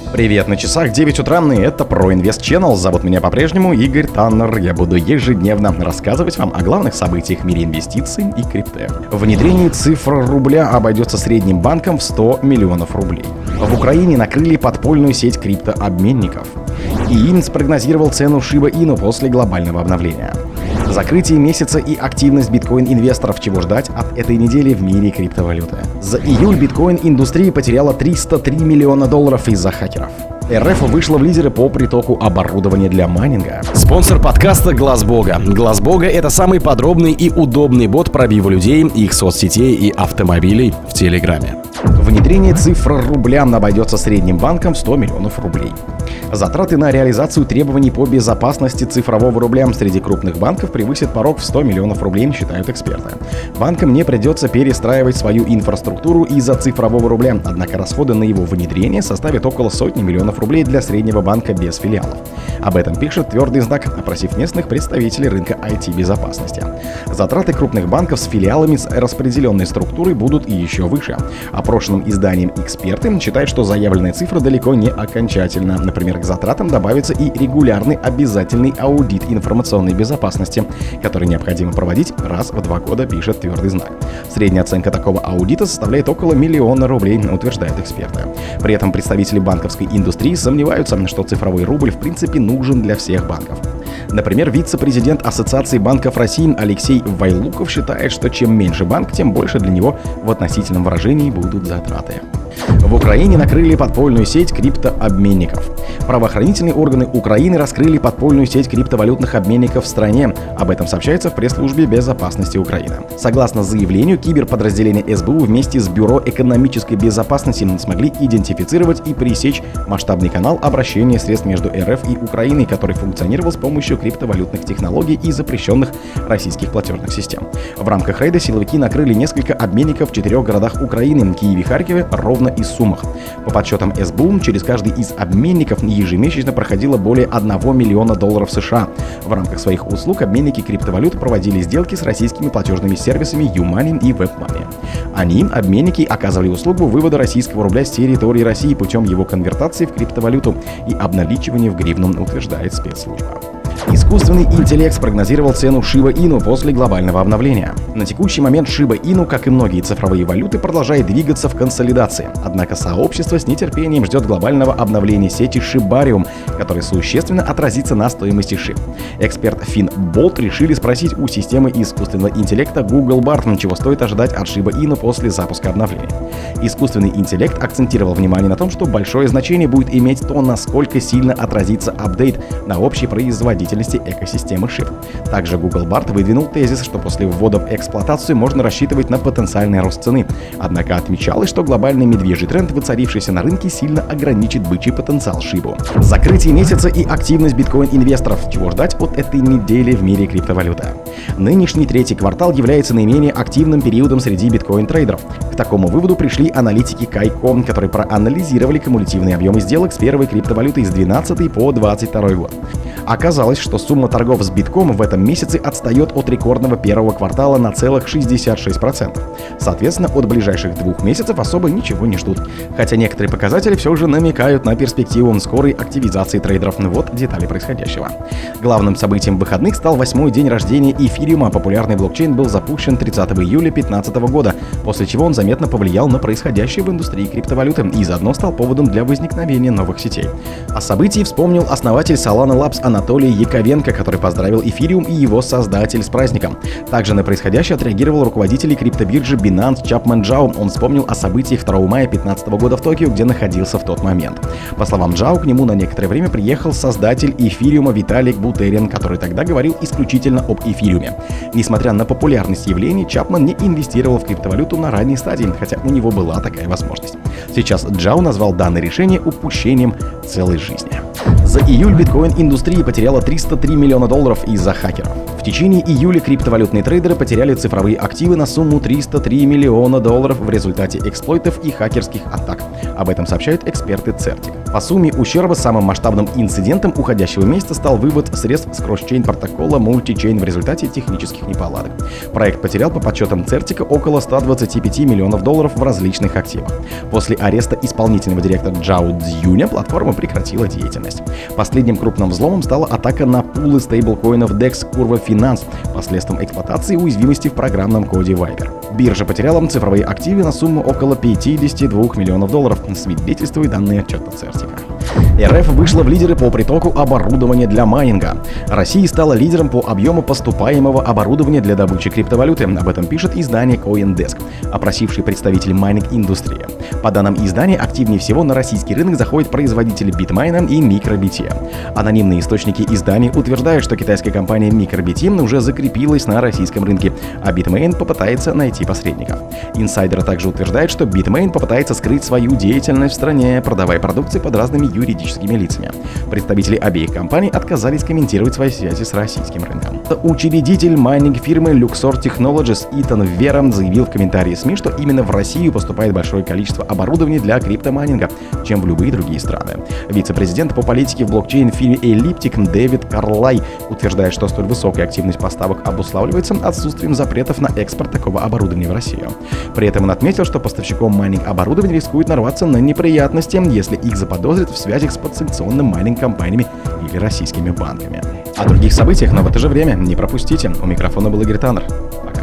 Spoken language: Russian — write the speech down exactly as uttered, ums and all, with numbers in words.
Привет, на часах девять утра, и это ProInvest Channel. Зовут меня по-прежнему Игорь Таннер. Я буду ежедневно рассказывать вам о главных событиях в мире инвестиций и крипты. Внедрение цифр рубля обойдется средним банком в сто миллионов рублей. В Украине накрыли подпольную сеть криптообменников. ИИН спрогнозировал цену Shiba Inu после глобального обновления. Закрытие месяца и активность биткоин-инвесторов, чего ждать от этой недели в мире криптовалюты. За июль биткоин-индустрия потеряла триста три миллиона долларов из-за хакеров. РФ вышла в лидеры по притоку оборудования для майнинга. Спонсор подкаста Глаз Бога. Глаз Бога — это самый подробный и удобный бот пробива людей, их соцсетей и автомобилей в Телеграме. Внедрение цифр рубля обойдется средним банком в сто миллионов рублей. Затраты на реализацию требований по безопасности цифрового рубля среди крупных банков превысят порог в сто миллионов рублей, считают эксперты. Банкам не придется перестраивать свою инфраструктуру из-за цифрового рубля, однако расходы на его внедрение составят около сотни миллионов рублей для среднего банка без филиалов. Об этом пишет «Твердый знак», опросив местных представителей рынка ай ти-безопасности. Затраты крупных банков с филиалами с распределенной структурой будут и еще выше. Опрошенным изданием эксперты считают, что заявленная цифра далеко не окончательна. Например, к затратам добавится и регулярный обязательный аудит информационной безопасности, который необходимо проводить раз в два года, пишет «Твердый знак». Средняя оценка такого аудита составляет около миллиона рублей, утверждают эксперты. При этом представители банковской индустрии сомневаются, что цифровой рубль в принципе нужен для всех банков. Например, вице-президент Ассоциации банков России Алексей Вайлуков считает, что чем меньше банк, тем больше для него в относительном выражении будут затраты. В Украине накрыли подпольную сеть криптообменников. Правоохранительные органы Украины раскрыли подпольную сеть криптовалютных обменников в стране. Об этом сообщается в пресс-службе безопасности Украины. Согласно заявлению, киберподразделения эс бэ у вместе с Бюро экономической безопасности смогли идентифицировать и пресечь масштабный канал обращения средств между эр эф и Украиной, который функционировал с помощью криптовалютных технологий и запрещенных российских платежных систем. В рамках рейда силовики накрыли несколько обменников в четырех городах Украины – Киеве, Харькове, Ровно и Сумах. По подсчетам эс бэ у, через каждый из обменников ежемесячно проходило более одного миллиона долларов США. В рамках своих услуг обменники криптовалют проводили сделки с российскими платежными сервисами YouMoney и WebMoney. Они, обменники, оказывали услугу вывода российского рубля с территории России путем его конвертации в криптовалюту и обналичивания в гривну, утверждает спецслужба. Искусственный интеллект спрогнозировал цену Shiba Inu после глобального обновления. На текущий момент Shiba Inu, как и многие цифровые валюты, продолжает двигаться в консолидации. Однако сообщество с нетерпением ждет глобального обновления сети Shibarium, который существенно отразится на стоимости ши. Эксперт Финн Болт решили спросить у системы искусственного интеллекта Google Bard, чего стоит ожидать от Shiba Inu после запуска обновления. Искусственный интеллект акцентировал внимание на том, что большое значение будет иметь то, насколько сильно отразится апдейт на общей производительности экосистемы ши. Также Google Bard выдвинул тезис, что после ввода в эксплуатацию можно рассчитывать на потенциальный рост цены. Однако отмечалось, что глобальный медвежий тренд, воцарившийся на рынке, сильно ограничит бычий потенциал Шибу. Закрытие месяца и активность биткоин-инвесторов. Чего ждать от этой недели в мире криптовалюты? Нынешний третий квартал является наименее активным периодом среди биткоин-трейдеров. К такому выводу пришли аналитики Кайком, которые проанализировали кумулятивные объемы сделок с первой криптовалютой с двенадцатого по двадцать второй год. Оказалось, что сумма торгов с битком в этом месяце отстает от рекордного первого квартала на целых шестьдесят шесть процентов. Соответственно, от ближайших двух месяцев особо ничего не ждут. Хотя некоторые показатели все же намекают на перспективу скорой активизации трейдеров. Вот детали происходящего. Главным событием выходных стал восьмой день рождения эфириума. Популярный блокчейн был запущен тридцатого июля две тысячи пятнадцатого года, после чего он заметно повлиял на происходящее в индустрии криптовалюты и заодно стал поводом для возникновения новых сетей. О событии вспомнил основатель Solana Labs Анатолий Яковенко, который поздравил эфириум и его создатель с праздником. Также на происходящее отреагировал руководитель криптобиржи Binance Чапман Джао. Он вспомнил о событиях второго мая две тысячи пятнадцатого года в Токио, где находился в тот момент. По словам Джао, к нему на некоторое время приехал создатель эфириума Виталик Бутерин, который тогда говорил исключительно об эфириуме. Несмотря на популярность явлений, Чапман не инвестировал в криптовалюту на ранней стадии, хотя у него была такая возможность. Сейчас Джао назвал данное решение упущением целой жизни. За июль биткоин-индустрия потеряла триста три миллиона долларов из-за хакеров. В течение июля криптовалютные трейдеры потеряли цифровые активы на сумму триста три миллиона долларов в результате эксплойтов и хакерских атак. Об этом сообщают эксперты Certic. По сумме ущерба самым масштабным инцидентом уходящего месяца стал вывод средств с кросс-чейн протокола Multichain в результате технических неполадок. Проект потерял по подсчетам Цертика около ста двадцати пяти миллионов долларов в различных активах. После ареста исполнительного директора Джао Цзюня платформа прекратила деятельность. Последним крупным взломом стала атака на пулы стейблкоинов декс Curve Finance последствием эксплуатации уязвимости в программном коде Viber. Биржа потеряла цифровые активы на сумму около пятидесяти двух миллионов долларов, свидетельствуют данные отчета Цертика. эр эф вышла в лидеры по притоку оборудования для майнинга. Россия стала лидером по объему поступаемого оборудования для добычи криптовалюты. Об этом пишет издание CoinDesk, опросивший представителей майнинг-индустрии. По данным издания, активнее всего на российский рынок заходят производители битмайна и MicroBT. Анонимные источники издания утверждают, что китайская компания MicroBT уже закрепилась на российском рынке, а Bitmain попытается найти посредников. Инсайдеры также утверждают, что Bitmain попытается скрыть свою деятельность в стране, продавая продукцию под разными юридическими лицами. Представители обеих компаний отказались комментировать свои связи с российским рынком. Учредитель майнинг-фирмы Luxor Technologies Итан Вера заявил в комментарии СМИ, что именно в Россию поступает большое количество оборудования для криптомайнинга, чем в любые другие страны. Вице-президент по политике в блокчейн-фирме Elliptic Дэвид Карлай утверждает, что столь высокая активность поставок обуславливается отсутствием запретов на экспорт такого оборудования в Россию. При этом он отметил, что поставщиком майнинг-оборудования рискует нарваться на неприятности, если их заподозрят в связях с подсанкционным майнинг-компаниями или российскими банками. О других событиях, но в это же время не пропустите. У микрофона был Игорь Таннер. Пока.